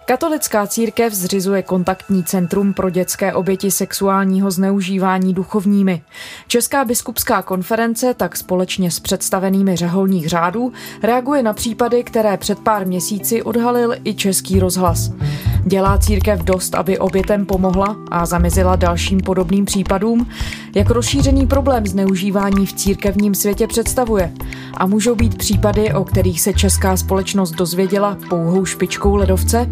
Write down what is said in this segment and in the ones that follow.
Katolická církev zřizuje kontaktní centrum pro dětské oběti sexuálního zneužívání duchovními. Česká biskupská konference tak společně s představenými řeholních řádů reaguje na případy, které před pár měsíci odhalil i Český rozhlas. Dělá církev dost, aby obětem pomohla a zamezila dalším podobným případům? Jak rozšířený problém zneužívání v církevním světě představuje? A můžou být případy, o kterých se česká společnost dozvěděla pouhou špičkou ledovce?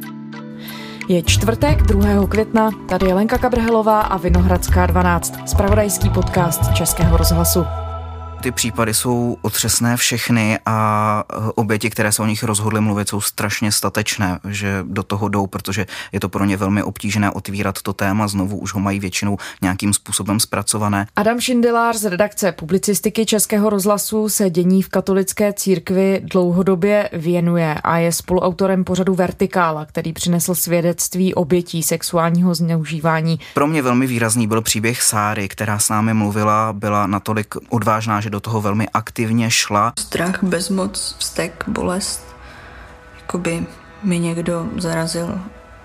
Je čtvrtek, 2. května, tady je Lenka Kabrhelová a Vinohradská 12, zpravodajský podcast Českého rozhlasu. Ty případy jsou otřesné všechny a oběti, které se o nich rozhodly mluvit, jsou strašně statečné, že do toho jdou, protože je to pro ně velmi obtížné otvírat to téma znovu, už ho mají většinou nějakým způsobem zpracované. Adam Šindelář z redakce publicistiky Českého rozhlasu se dění v katolické církvi dlouhodobě věnuje a je spoluautorem pořadu Vertikála, který přinesl svědectví obětí sexuálního zneužívání. Pro mě velmi výrazný byl příběh Sáry, která s námi mluvila, byla natolik odvážná, že do toho velmi aktivně šla. Strach, bezmoc, vztek, bolest. Jakoby mi někdo zarazil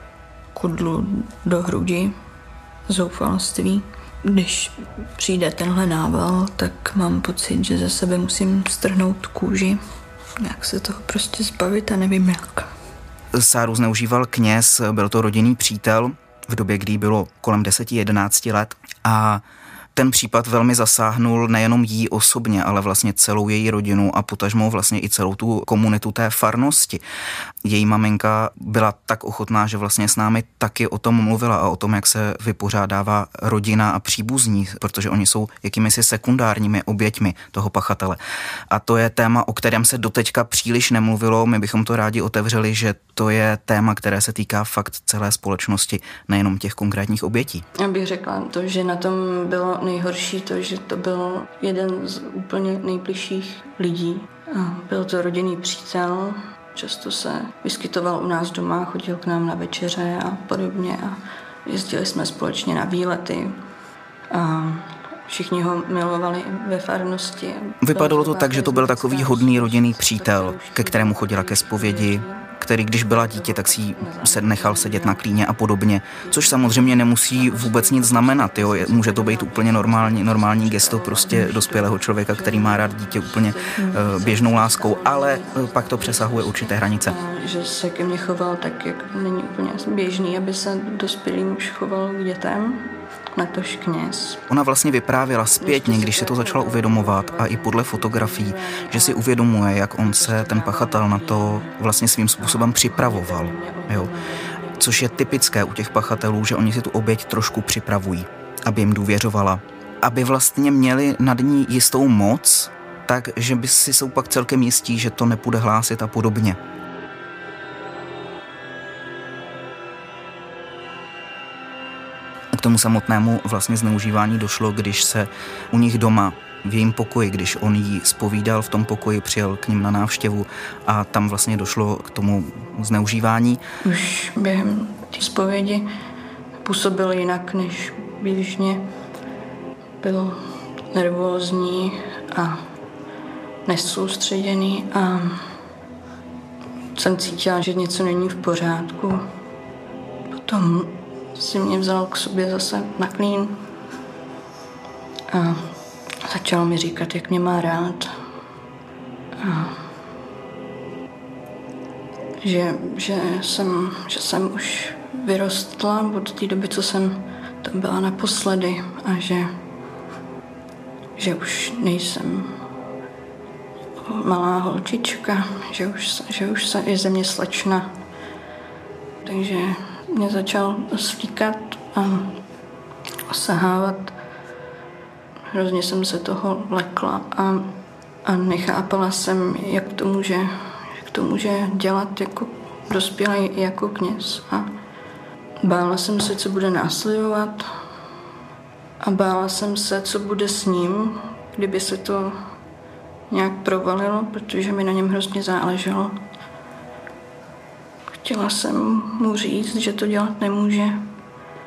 kudlu do hrudi, zoufalství. Když přijde tenhle nával, tak mám pocit, že ze sebe musím strhnout kůži. Jak se toho prostě zbavit a nevím jak. Sáru zneužíval kněz, byl to rodinný přítel v době, kdy bylo kolem 10-11 let a ten případ velmi zasáhnul nejenom jí osobně, ale vlastně celou její rodinu a potažmo vlastně i celou tu komunitu té farnosti. Její maminka byla tak ochotná, že vlastně s námi taky o tom mluvila a o tom, jak se vypořádává rodina a příbuzní, protože oni jsou jakýmisi sekundárními oběťmi toho pachatele. A to je téma, o kterém se doteďka příliš nemluvilo. My bychom to rádi otevřeli, že to je téma, které se týká fakt celé společnosti, nejenom těch konkrétních obětí. Já bych řekla to, že na tom bylo nejhorší to, že to byl jeden z úplně nejbližších lidí. A byl to rodinný přítel, často se vyskytoval u nás doma, chodil k nám na večeře a podobně a jezdili jsme společně na výlety a všichni ho milovali ve farnosti. Vypadalo to tak, že to byl takový hodný rodinný přítel, ke kterému chodila ke zpovědi, který, když byla dítě, tak si se nechal sedět na klíně a podobně, což samozřejmě nemusí vůbec nic znamenat, jo? Může to být úplně normální gesto prostě dospělého člověka, který má rád dítě úplně běžnou láskou, ale pak to přesahuje určité hranice. Že se ke mně choval tak, jak není úplně běžný, aby se dospělý muž choval k dětem, natož kněz. Ona vlastně vyprávěla zpětně, když se to začala uvědomovat a i podle fotografií, že si uvědomuje, jak on se, ten pachatel, na to vlastně svým způsobem připravoval. Jo. Což je typické u těch pachatelů, že oni si tu oběť trošku připravují, aby jim důvěřovala, aby vlastně měli nad ní jistou moc, tak, že by si jsou pak celkem jistí, že to nepůjde hlásit a podobně. K tomu samotnému vlastně zneužívání došlo, když se u nich doma v jejím pokoji, když on jí zpovídal v tom pokoji, přijel k ním na návštěvu a tam vlastně došlo k tomu zneužívání. Už během té zpovědi působil jinak než běžně. Byl nervózní a nesoustředěný a jsem cítila, že něco není v pořádku. Potom si mě vzal k sobě zase na klín a začal mi říkat, jak mě má rád a že jsem už vyrostla od té doby, co jsem tam byla naposledy a že už nejsem malá holčička, že už je ze mě slečna. Takže mě začal svlíkat a osahávat. Hrozně jsem se toho lekla a nechápala jsem, jak to může dělat jako dospělý jako kněz. A bála jsem se, co bude následovat a bála jsem se, co bude s ním, kdyby se to nějak provalilo, protože mi na něm hrozně záleželo. Chtěla jsem mu říct, že to dělat nemůže,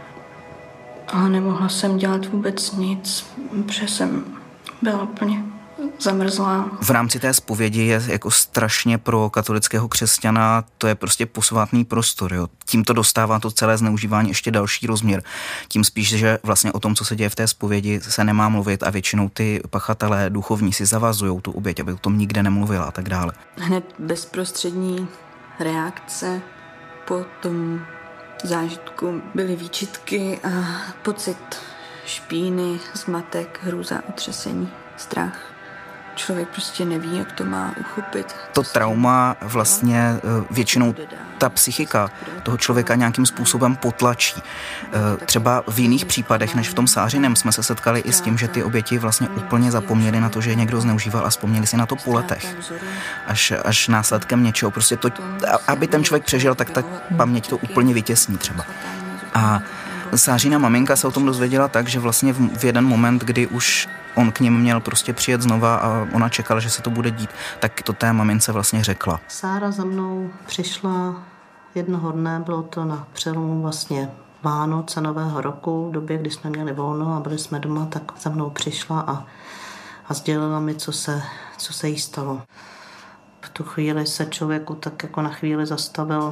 ale nemohla jsem dělat vůbec nic, protože jsem byla úplně zamrzlá. V rámci té zpovědi je jako strašně pro katolického křesťana, to je prostě posvátný prostor. Jo. Tímto dostává to celé zneužívání ještě další rozměr. Tím spíš, že vlastně o tom, co se děje v té zpovědi, se nemá mluvit a většinou ty pachatelé duchovní si zavazují tu oběť, aby o tom nikde nemluvila a tak dále. Hned bezprostřední reakce po tom zážitku byly výčitky a pocit špíny, zmatek, hrůza, otřesení, strach. Člověk prostě neví, jak to má uchopit. To trauma vlastně většinou ta psychika toho člověka nějakým způsobem potlačí. Třeba v jiných případech, než v tom Sářinem, jsme se setkali i s tím, že ty oběti vlastně úplně zapomněli na to, že je někdo zneužíval a vzpomněli si na to po letech. Až následkem něčeho. Prostě to, aby ten člověk přežil, tak ta paměť to úplně vytěsní třeba. A Sářina maminka se o tom dozvěděla tak, že vlastně v jeden moment, kdy už on k nim měl prostě přijet znova a ona čekala, že se to bude dít, tak to té mamince vlastně řekla. Sára za mnou přišla jednoho dne, bylo to na přelomu vlastně Vánoc a Nového roku, v době, kdy jsme měli volno a byli jsme doma, tak za mnou přišla a sdělila mi, co se jí stalo. V tu chvíli se člověku tak jako na chvíli zastavil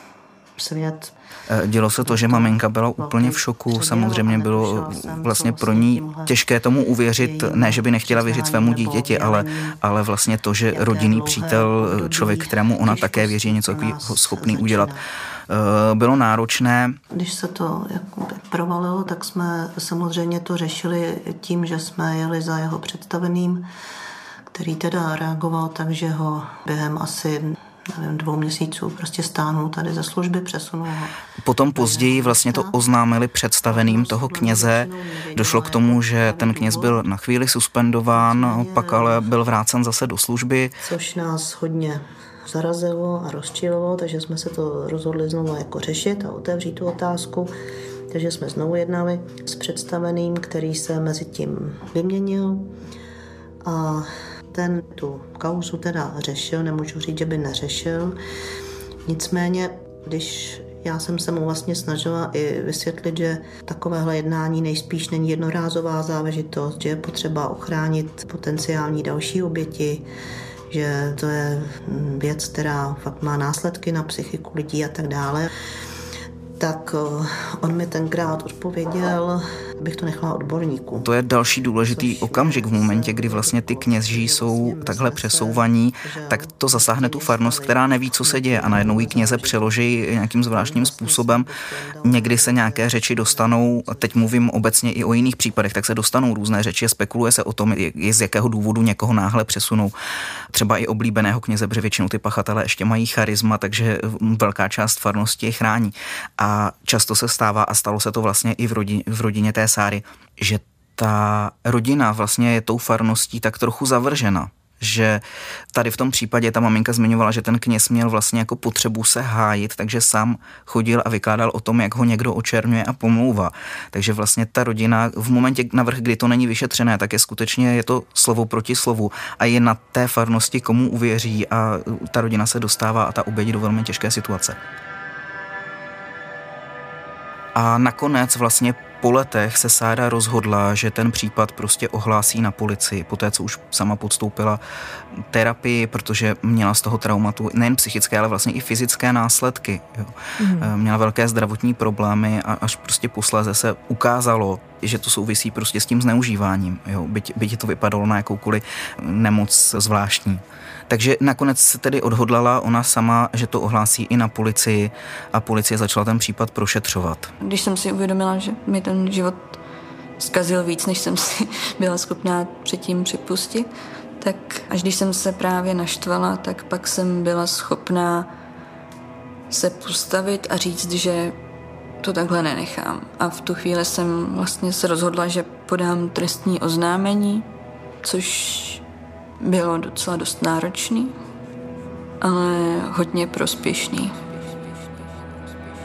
svět. Dělo se to, že maminka byla úplně v šoku, samozřejmě bylo vlastně pro ní těžké tomu uvěřit, ne, že by nechtěla věřit svému dítěti, ale vlastně to, že rodinný přítel, člověk, kterému ona také věří, něco takového schopný udělat, bylo náročné. Když se to provalilo, tak jsme samozřejmě to řešili tím, že jsme jeli za jeho představeným, který teda reagoval tak, že ho během asi 2 měsíců prostě stáhnul tady ze služby, přesunul ho. Potom později vlastně to oznámili představeným toho kněze. Došlo k tomu, že ten kněz byl na chvíli suspendován, pak ale byl vrácen zase do služby. Což nás hodně zarazilo a rozčililo, takže jsme se to rozhodli znovu jako řešit a otevřít tu otázku. Takže jsme znovu jednali s představeným, který se mezi tím vyměnil a ten tu kauzu teda řešil, nemůžu říct, že by neřešil. Nicméně, když já jsem se mu vlastně snažila i vysvětlit, že takovéhle jednání nejspíš není jednorázová záležitost, že je potřeba ochránit potenciální další oběti, že to je věc, která fakt má následky na psychiku lidí a tak dále, tak on mi tenkrát odpověděl, bych to nechala odborníků. To je další důležitý okamžik v momentě, kdy vlastně ty kněží jsou takhle přesouvaní, tak to zasáhne tu farnost, která neví, co se děje a najednou jí kněze přeloží nějakým zvláštním způsobem. Někdy se nějaké řeči dostanou, a teď mluvím obecně i o jiných případech, tak se dostanou různé řeči a spekuluje se o tom, z jakého důvodu někoho náhle přesunou. Třeba i oblíbeného kněze, protože většinou ty pachatelé ještě mají charisma, takže velká část farnosti je chrání. A často se stává, a stalo se to vlastně i v rodině té Sáry, že ta rodina vlastně je tou farností tak trochu zavržena. Že tady v tom případě ta maminka zmiňovala, že ten kněz měl vlastně jako potřebu se hájit, takže sám chodil a vykládal o tom, jak ho někdo očerňuje a pomlouvá. Takže vlastně ta rodina v momentě navrch, kdy to není vyšetřené, tak je skutečně je to slovo proti slovu a je na té farnosti, komu uvěří a ta rodina se dostává a ta oběť do velmi těžké situace. A nakonec vlastně po letech se Sára rozhodla, že ten případ prostě ohlásí na policii, poté co už sama podstoupila terapii, protože měla z toho traumatu nejen psychické, ale vlastně i fyzické následky. Jo. Měla velké zdravotní problémy a až prostě posléze se ukázalo, že to souvisí prostě s tím zneužíváním. Jo. Byť to vypadalo na jakoukoliv nemoc zvláštní. Takže nakonec se tedy odhodlala ona sama, že to ohlásí i na policii a policie začala ten případ prošetřovat. Když jsem si uvědomila, že mi ten život zkazil víc, než jsem si byla schopná předtím připustit, tak až když jsem se právě naštvala, tak pak jsem byla schopná se postavit a říct, že to takhle nenechám. A v tu chvíli jsem vlastně se rozhodla, že podám trestní oznámení, což bylo docela dost náročný, ale hodně prospěšný.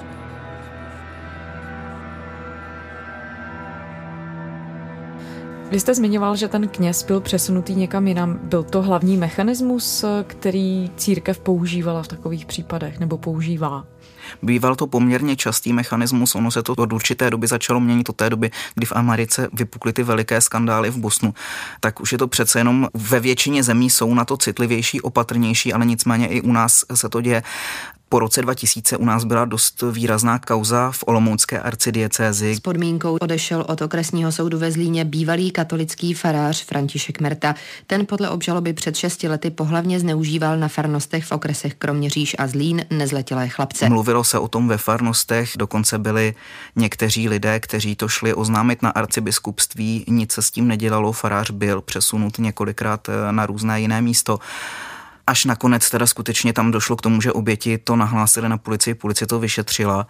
Vy Vy jste zmiňoval, že ten kněz byl přesunutý někam jinam. Byl to hlavní mechanismus, který církev používala v takových případech nebo používá? Býval to poměrně častý mechanismus, ono se to od určité doby začalo měnit od té doby, kdy v Americe vypukly ty veliké skandály v Bosnu. Tak už je to přece jenom ve většině zemí jsou na to citlivější, opatrnější, ale nicméně i u nás se to děje. Po roce 2000 u nás byla dost výrazná kauza v olomoucké arcidiecézi. S podmínkou odešel od okresního soudu ve Zlíně bývalý katolický farář František Merta. Ten podle obžaloby před 6 lety pohlavně zneužíval na farnostech v okresech Kroměříž a Zlín nezletilé chlapce. Mluvilo se o tom ve farnostech, dokonce byli někteří lidé, kteří to šli oznámit na arcibiskupství, nic se s tím nedělalo, farář byl přesunut několikrát na různé jiné místo. Až nakonec teda skutečně tam došlo k tomu, že oběti to nahlásili na policii, policie to vyšetřila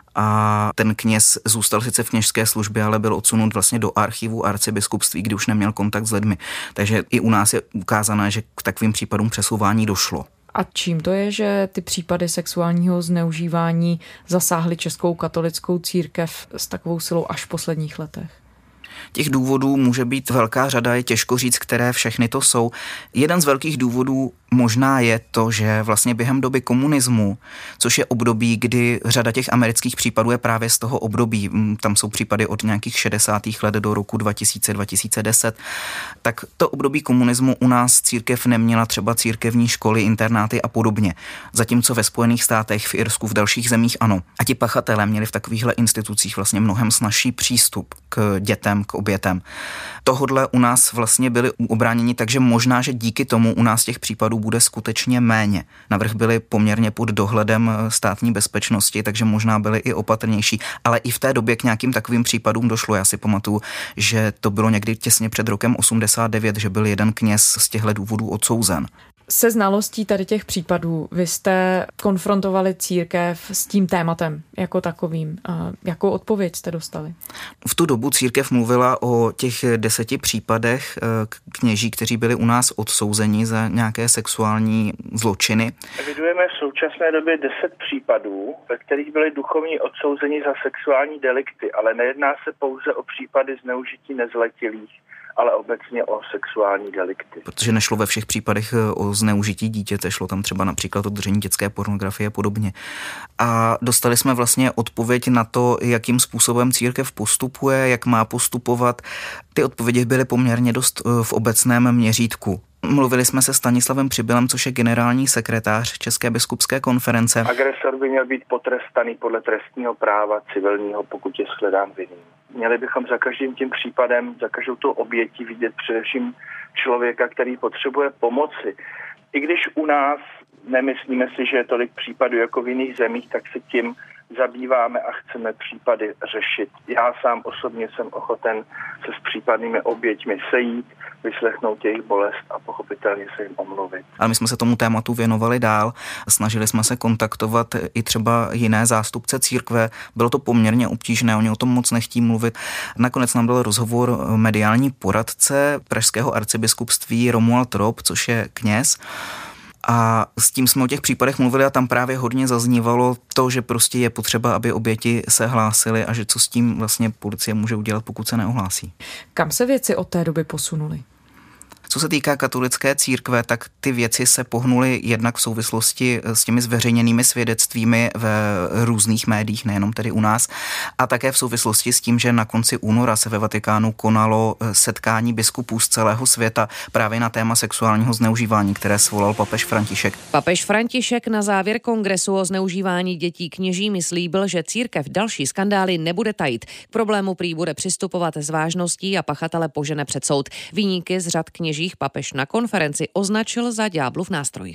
a ten kněz zůstal sice v kněžské službě, ale byl odsunut vlastně do archivu arcibiskupství, kdy už neměl kontakt s lidmi. Takže i u nás je ukázané, že k takovým případům přesouvání došlo. A čím to je, že ty případy sexuálního zneužívání zasáhly Českou katolickou církev s takovou silou až v posledních letech? Těch důvodů může být velká řada, je těžko říct, které všechny to jsou. Jeden z velkých důvodů možná je to, že vlastně během doby komunismu, což je období, kdy řada těch amerických případů je právě z toho období, tam jsou případy od nějakých 60. let do roku 2000-2010, tak to období komunismu u nás církev neměla třeba církevní školy, internáty a podobně. Zatímco ve Spojených státech, v Irsku, v dalších zemích ano. A ti pachatelé měli v takovýchhle institucích vlastně mnohem snazší přístup k dětem, k obětem. Tohodle u nás vlastně byli obráněni, takže možná, že díky tomu u nás těch případů bude skutečně méně. Navrch byli poměrně pod dohledem státní bezpečnosti, takže možná byli i opatrnější, ale i v té době k nějakým takovým případům došlo. Já si pamatuju, že to bylo někdy těsně před rokem 89, že byl jeden kněz z těchto důvodů odsouzen. Se znalostí tady těch případů vy jste konfrontovali církev s tím tématem jako takovým. Jakou odpověď jste dostali? V tu dobu církev mluvila o těch 10 případech kněží, kteří byli u nás odsouzeni za nějaké sexuální zločiny. Evidujeme v současné době 10 případů, ve kterých byli duchovní odsouzeni za sexuální delikty, ale nejedná se pouze o případy zneužití nezletilých, ale obecně o sexuální delikty. Protože nešlo ve všech případech o zneužití dítěte, šlo tam třeba například o držení dětské pornografie a podobně. A dostali jsme vlastně odpověď na to, jakým způsobem církev postupuje, jak má postupovat. Ty odpovědi byly poměrně dost v obecném měřítku. Mluvili jsme se Stanislavem Přibylem, což je generální sekretář České biskupské konference. Agresor by měl být potrestaný podle trestního práva civilního, pokud je shledán vinným. Měli bychom za každým tím případem, za každou tu obětí vidět především člověka, který potřebuje pomoci. I když u nás nemyslíme si, že je tolik případů jako v jiných zemích, tak se tím zabýváme a chceme případy řešit. Já sám osobně jsem ochoten se s případnými oběťmi sejít, vyslechnout jejich bolest a pochopitelně se jim omluvit. Ale my jsme se tomu tématu věnovali dál, snažili jsme se kontaktovat i třeba jiné zástupce církve. Bylo to poměrně obtížné, oni o tom moc nechtí mluvit. Nakonec nám dal rozhovor mediální poradce pražského arcibiskupství Romuald Rob, což je kněz. A s tím jsme o těch případech mluvili a tam právě hodně zaznívalo to, že prostě je potřeba, aby oběti se hlásily a že co s tím vlastně policie může udělat, pokud se neohlásí. Kam se věci od té doby posunuly? Co se týká katolické církve, tak ty věci se pohnuly jednak v souvislosti s těmi zveřejněnými svědectvími ve různých médiích, nejenom tedy u nás, a také v souvislosti s tím, že na konci února se ve Vatikánu konalo setkání biskupů z celého světa právě na téma sexuálního zneužívání, které svolal papež František. Papež František na závěr kongresu o zneužívání dětí kněžími slíbil, že církev další skandály nebude tajit. K problému prý bude přistupovat s vážností a pachatele požene před soud. Viníky z řad kněží papež na konferenci označil za ďáblův nástroj.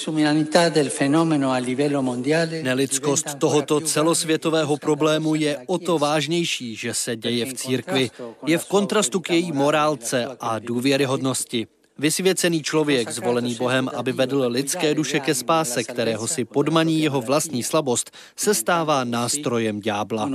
Nelidskost tohoto celosvětového problému je o to vážnější, že se děje v církvi. Je v kontrastu k její morálce a důvěryhodnosti. Vysvěcený člověk, zvolený Bohem, aby vedl lidské duše ke spáse, kterého si podmaní jeho vlastní slabost, se stává nástrojem ďábla.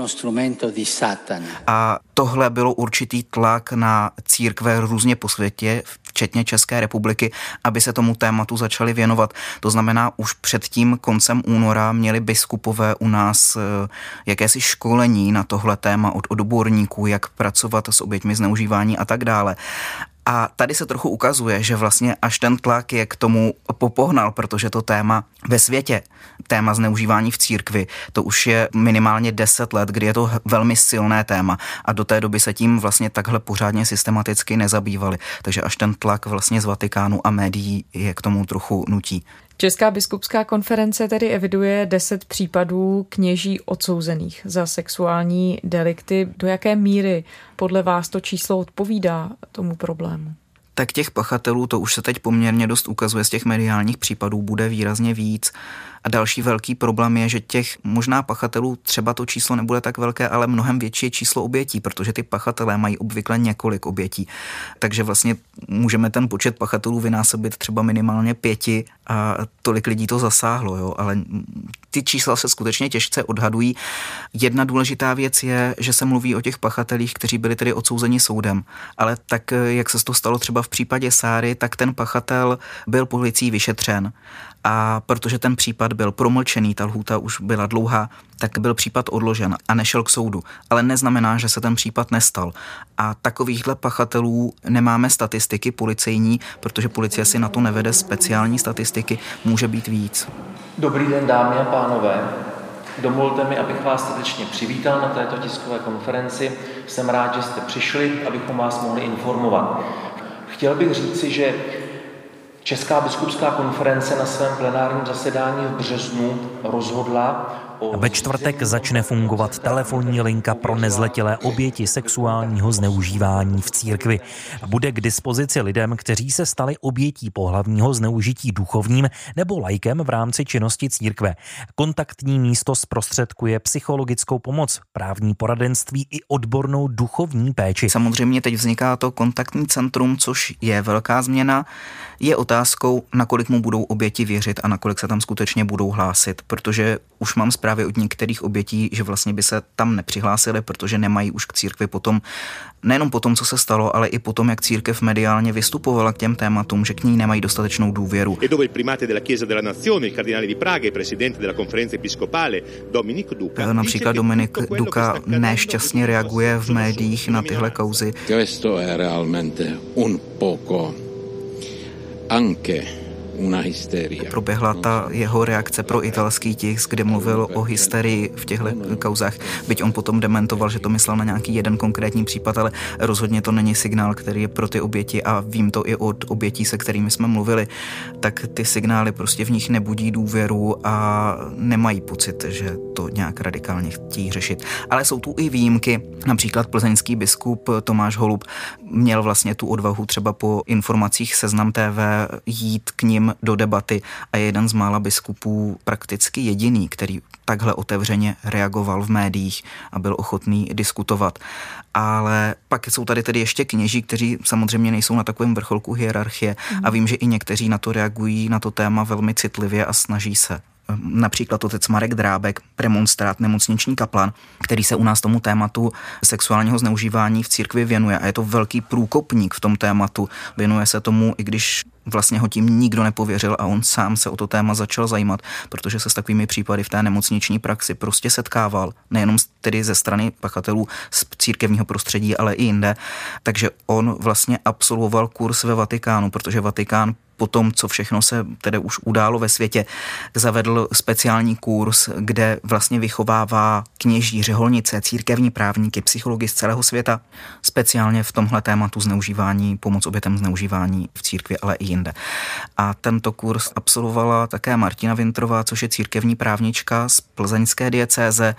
A tohle bylo určitý tlak na církve různě po světě, včetně České republiky, aby se tomu tématu začali věnovat. To znamená, už před tím koncem února měli biskupové u nás jakési školení na tohle téma od odborníků, jak pracovat s oběťmi zneužívání a tak dále. A tady se trochu ukazuje, že vlastně až ten tlak je k tomu popohnal, protože to téma ve světě, téma zneužívání v církvi, to už je minimálně 10 let, kdy je to velmi silné téma a do té doby se tím vlastně takhle pořádně systematicky nezabývali. Takže až ten tlak vlastně z Vatikánu a médií je k tomu trochu nutí. Česká biskupská konference tedy eviduje 10 případů kněží odsouzených za sexuální delikty. Do jaké míry podle vás to číslo odpovídá tomu problému? Tak těch pachatelů, to už se teď poměrně dost ukazuje, z těch mediálních případů bude výrazně víc. A další velký problém je, že těch možná pachatelů třeba to číslo nebude tak velké, ale mnohem větší je číslo obětí, protože ty pachatelé mají obvykle několik obětí. Takže vlastně můžeme ten počet pachatelů vynásobit třeba minimálně 5 a tolik lidí to zasáhlo, jo? Ale ty čísla se skutečně těžce odhadují. Jedna důležitá věc je, že se mluví o těch pachatelích, kteří byli tedy odsouzeni soudem. Ale tak, jak se to stalo třeba v případě Sáry, tak ten pachatel byl policií vyšetřen. A protože ten případ byl promlčený, ta lhůta už byla dlouhá, tak byl případ odložen a nešel k soudu. Ale neznamená, že se ten případ nestal. A takovýchhle pachatelů nemáme statistiky policejní, protože policie si na to nevede speciální statistiky, může být víc. Dobrý den, dámy a pánové. Dovolte mi, abych vás srdečně přivítal na této tiskové konferenci. Jsem rád, že jste přišli, abychom vás mohli informovat. Chtěl bych říci, že Česká biskupská konference na svém plenárním zasedání v březnu rozhodla Ve čtvrtek začne fungovat telefonní linka pro nezletilé oběti sexuálního zneužívání v církvi. Bude k dispozici lidem, kteří se stali obětí pohlavního zneužití duchovním nebo laikem v rámci činnosti církve. Kontaktní místo zprostředkuje psychologickou pomoc, právní poradenství i odbornou duchovní péči. Samozřejmě teď vzniká to kontaktní centrum, což je velká změna. Je otázkou, nakolik mu budou oběti věřit a nakolik se tam skutečně budou hlásit, protože už mám zprávy od některých obětí, že vlastně by se tam nepřihlásili, protože nemají už k církvi potom, nejenom po tom, co se stalo, ale i potom, jak církev mediálně vystupovala k těm tématům, že k ní nemají dostatečnou důvěru. Například Dominik Duka nešťastně reaguje v médiích na tyhle kauzy. Proběhla ta jeho reakce pro italský tisk, kde mluvil o hysterii v těchto kauzách, byť on potom dementoval, že to myslel na nějaký jeden konkrétní případ, ale rozhodně to není signál, který je pro ty oběti a vím to i od obětí, se kterými jsme mluvili, tak ty signály prostě v nich nebudí důvěru a nemají pocit, že to nějak radikálně chtějí řešit. Ale jsou tu i výjimky, například plzeňský biskup Tomáš Holub měl vlastně tu odvahu třeba po informacích Seznam TV jít k nim do debaty a je jeden z mála biskupů, prakticky jediný, který takhle otevřeně reagoval v médiích a byl ochotný diskutovat. Ale pak jsou tady tedy ještě kněží, kteří samozřejmě nejsou na takovém vrcholku hierarchie a vím, že i někteří na to reagují, na to téma velmi citlivě a snaží se. Například otec Marek Drábek, premonstrát, nemocniční kaplan, který se u nás tomu tématu sexuálního zneužívání v církvi věnuje a je to velký průkopník v tom tématu. Věnuje se tomu, i když vlastně ho tím nikdo nepověřil a on sám se o to téma začal zajímat, protože se s takovými případy v té nemocniční praxi prostě setkával, nejenom tedy ze strany pachatelů z církevního prostředí, ale i jinde. Takže on vlastně absolvoval kurz ve Vatikánu, protože Vatikán po tom, co všechno se tedy už událo ve světě, zavedl speciální kurz, kde vlastně vychovává kněží, řeholnice, církevní právníky, psychologi z celého světa, speciálně v tomhle tématu zneužívání, pomoc obětem zneužívání v církvi, ale i jinde. A tento kurz absolvovala také Martina Vintrová, což je církevní právnička z plzeňské diecéze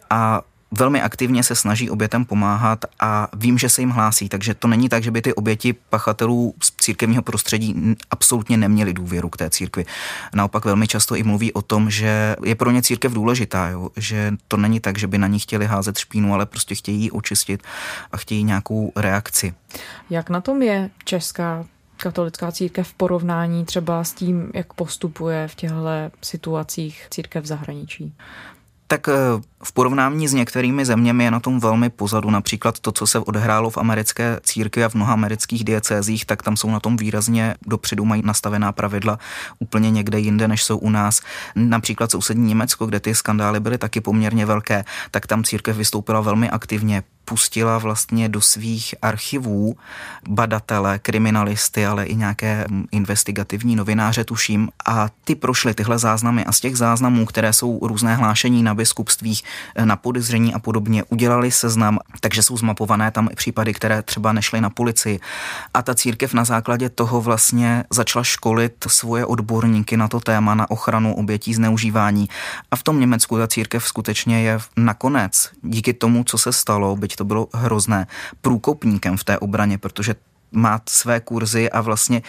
a velmi aktivně se snaží obětem pomáhat a vím, že se jim hlásí, takže to není tak, že by ty oběti pachatelů z církevního prostředí absolutně neměli důvěru k té církvi. Naopak velmi často i mluví o tom, že je pro ně církev důležitá, jo? Že to není tak, že by na ní chtěli házet špínu, ale prostě chtějí ji očistit a chtějí nějakou reakci. Jak na tom je Česká katolická církev v porovnání třeba s tím, jak postupuje v těchto situacích církev v zahraničí? Tak v porovnání s některými zeměmi je na tom velmi pozadu. Například to, co se odehrálo v americké církvi a v mnoha amerických diecézích, tak tam jsou na tom výrazně dopředu, mají nastavená pravidla úplně někde jinde, než jsou u nás. Například sousední Německo, kde ty skandály byly taky poměrně velké, tak tam církev vystoupila velmi aktivně. Pustila vlastně do svých archivů badatele, kriminalisty, ale i nějaké investigativní novináře, tuším. A ty prošly tyhle záznamy a z těch záznamů, které jsou různé hlášení na biskupstvích, na podezření a podobně, udělali seznam, takže jsou zmapované tam i případy, které třeba nešly na policii. A ta církev na základě toho vlastně začala školit svoje odborníky na to téma, na ochranu obětí zneužívání. A v tom Německu ta církev skutečně je nakonec díky tomu, co se stalo, byť to bylo hrozné, průkopníkem v té obraně, protože má své kurzy a vlastně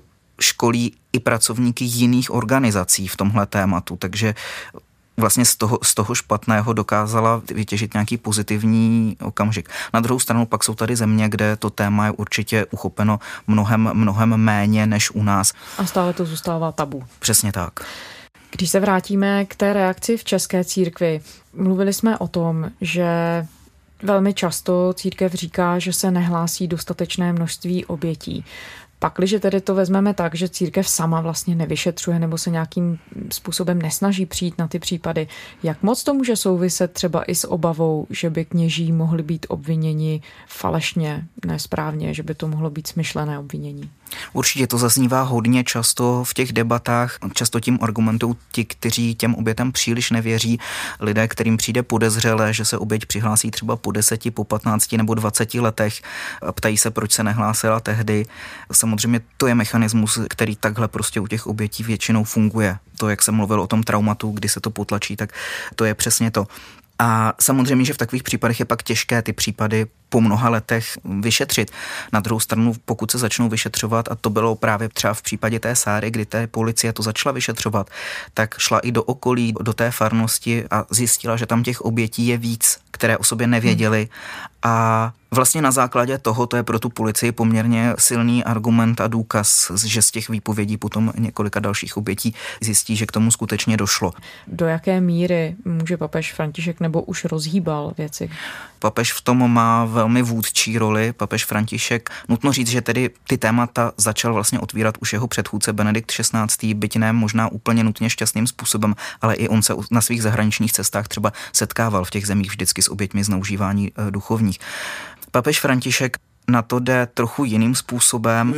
školí i pracovníky jiných organizací v tomhle tématu, takže vlastně z toho špatného dokázala vytěžit nějaký pozitivní okamžik. Na druhou stranu pak jsou tady země, kde to téma je určitě uchopeno mnohem méně než u nás. A stále to zůstává tabu. Přesně tak. Když se vrátíme k té reakci v české církvi, mluvili jsme o tom, že velmi často církev říká, že se nehlásí dostatečné množství obětí. Pakliže tedy to vezmeme tak, že církev sama vlastně nevyšetřuje nebo se nějakým způsobem nesnaží přijít na ty případy, jak moc to může souviset třeba i s obavou, že by kněží mohli být obviněni falešně, nesprávně, že by to mohlo být smyšlené obvinění? Určitě to zaznívá hodně často v těch debatách, často tím argumentují ti, kteří těm obětem příliš nevěří, lidé, kterým přijde podezřelé, že se oběť přihlásí třeba po 10, po 15 nebo 20 letech, ptají se, proč se nehlásila tehdy. Samozřejmě to je mechanismus, který takhle prostě u těch obětí většinou funguje. To, jak jsem mluvil o tom traumatu, kdy se to potlačí, tak to je přesně to. A samozřejmě, že v takových případech je pak těžké ty případy po mnoha letech vyšetřit. Na druhou stranu, pokud se začnou vyšetřovat, a to bylo právě třeba v případě té Sáry, kdy té policie to začala vyšetřovat, tak šla i do okolí, do té farnosti a zjistila, že tam těch obětí je víc, které o sobě nevěděli. A vlastně na základě toho, to je pro tu policii poměrně silný argument a důkaz, že z těch výpovědí potom několika dalších obětí zjistí, že k tomu skutečně došlo. Do jaké míry může papež František nebo už rozhýbal věci? Papež v tom má velmi vůdčí roli. Papež František, nutno říct, že tedy ty témata začal vlastně otvírat už jeho předchůdce Benedikt XVI, byť ne možná úplně nutně šťastným způsobem, ale i on se na svých zahraničních cestách třeba setkával v těch zemích vždycky s oběťmi zneužívání duchovních. Papež František na to jde trochu jiným způsobem.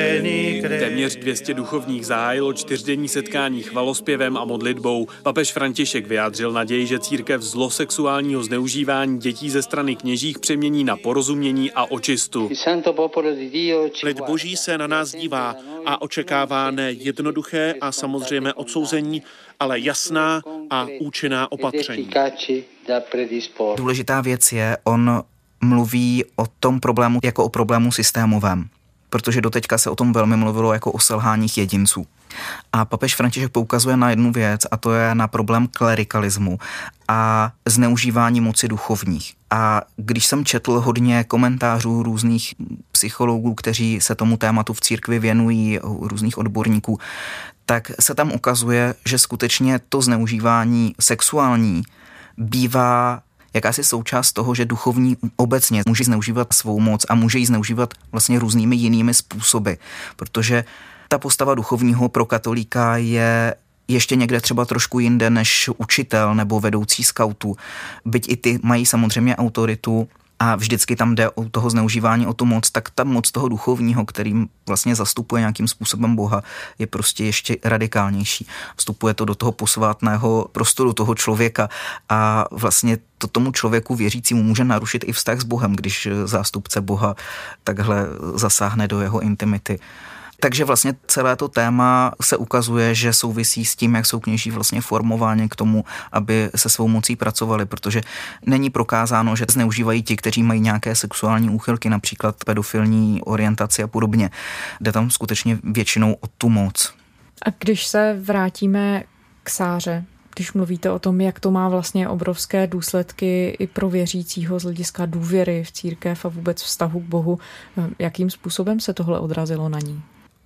Téměř 200 duchovních zahájilo 4denní setkání chvalospěvem a modlitbou. Papež František vyjádřil naději, že církev zlo sexuálního zneužívání dětí ze strany kněžích přemění na porozumění a očistu. Lid Boží se na nás dívá a očekává ne jednoduché a samozřejmé odsouzení, ale jasná a účinná opatření. Důležitá věc je, on mluví o tom problému jako o problému systémovém, protože doteďka se o tom velmi mluvilo jako o selháních jedinců. A papež František poukazuje na jednu věc, a to je na problém klerikalismu a zneužívání moci duchovních. A když jsem četl hodně komentářů různých psychologů, kteří se tomu tématu v církvi věnují, různých odborníků, tak se tam ukazuje, že skutečně to zneužívání sexuální bývá jakási součást toho, že duchovní obecně může zneužívat svou moc a může ji zneužívat vlastně různými jinými způsoby, protože ta postava duchovního pro katolíka je ještě někde třeba trošku jinde než učitel nebo vedoucí skautů. Byť i ty mají samozřejmě autoritu a vždycky tam jde o toho zneužívání, o tu moc, tak ta moc toho duchovního, kterým vlastně zastupuje nějakým způsobem Boha, je prostě ještě radikálnější. Vstupuje to do toho posvátného prostoru toho člověka a vlastně to tomu člověku věřícímu může narušit i vztah s Bohem, když zástupce Boha takhle zasáhne do jeho intimity. Takže vlastně celé to téma se ukazuje, že souvisí s tím, jak jsou kněží vlastně formováni k tomu, aby se svou mocí pracovali, protože není prokázáno, že zneužívají ti, kteří mají nějaké sexuální úchylky, například pedofilní orientaci a podobně. Jde tam skutečně většinou o tu moc. A když se vrátíme k Sáře, když mluvíte o tom, jak to má vlastně obrovské důsledky i pro věřícího z hlediska důvěry v církev a vůbec vztahu k Bohu, jakým způsobem se tohle odrazilo na ní?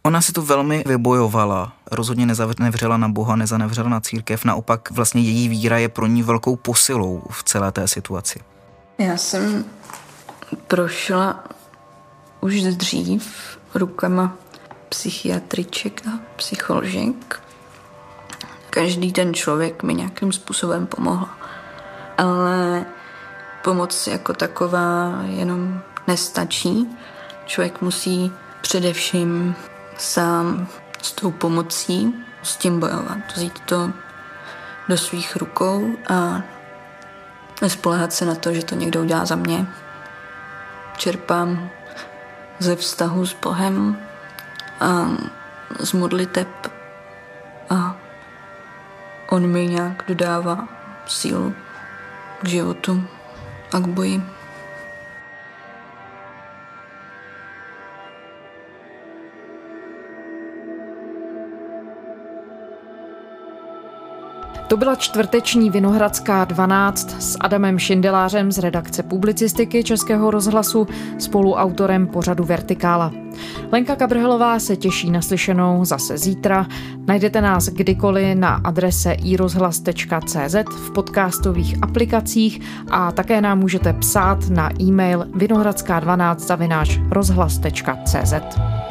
Ona si to velmi vybojovala. Rozhodně nezavřela na Boha, nezanevřela na církev. Naopak vlastně její víra je pro ní velkou posilou v celé té situaci. Já jsem prošla už dřív rukama psychiatriček a psycholožek. Každý ten člověk mi nějakým způsobem pomohl. Ale pomoc jako taková jenom nestačí. Člověk musí především sám s tou pomocí s tím bojovat. Vzít to do svých rukou a nespoléhat se na to, že to někdo udělá za mě. Čerpám ze vztahu s Bohem a z modliteb a on mi nějak dodává sílu k životu a k boji. To byla čtvrteční Vinohradská 12 s Adamem Šindelářem z redakce publicistiky Českého rozhlasu, spoluautorem pořadu Vertikála. Lenka Kabrhelová se těší na slyšenou zase zítra. Najdete nás kdykoliv na adrese irozhlas.cz, v podcastových aplikacích a také nám můžete psát na e-mail vinohradská12@rozhlas.cz.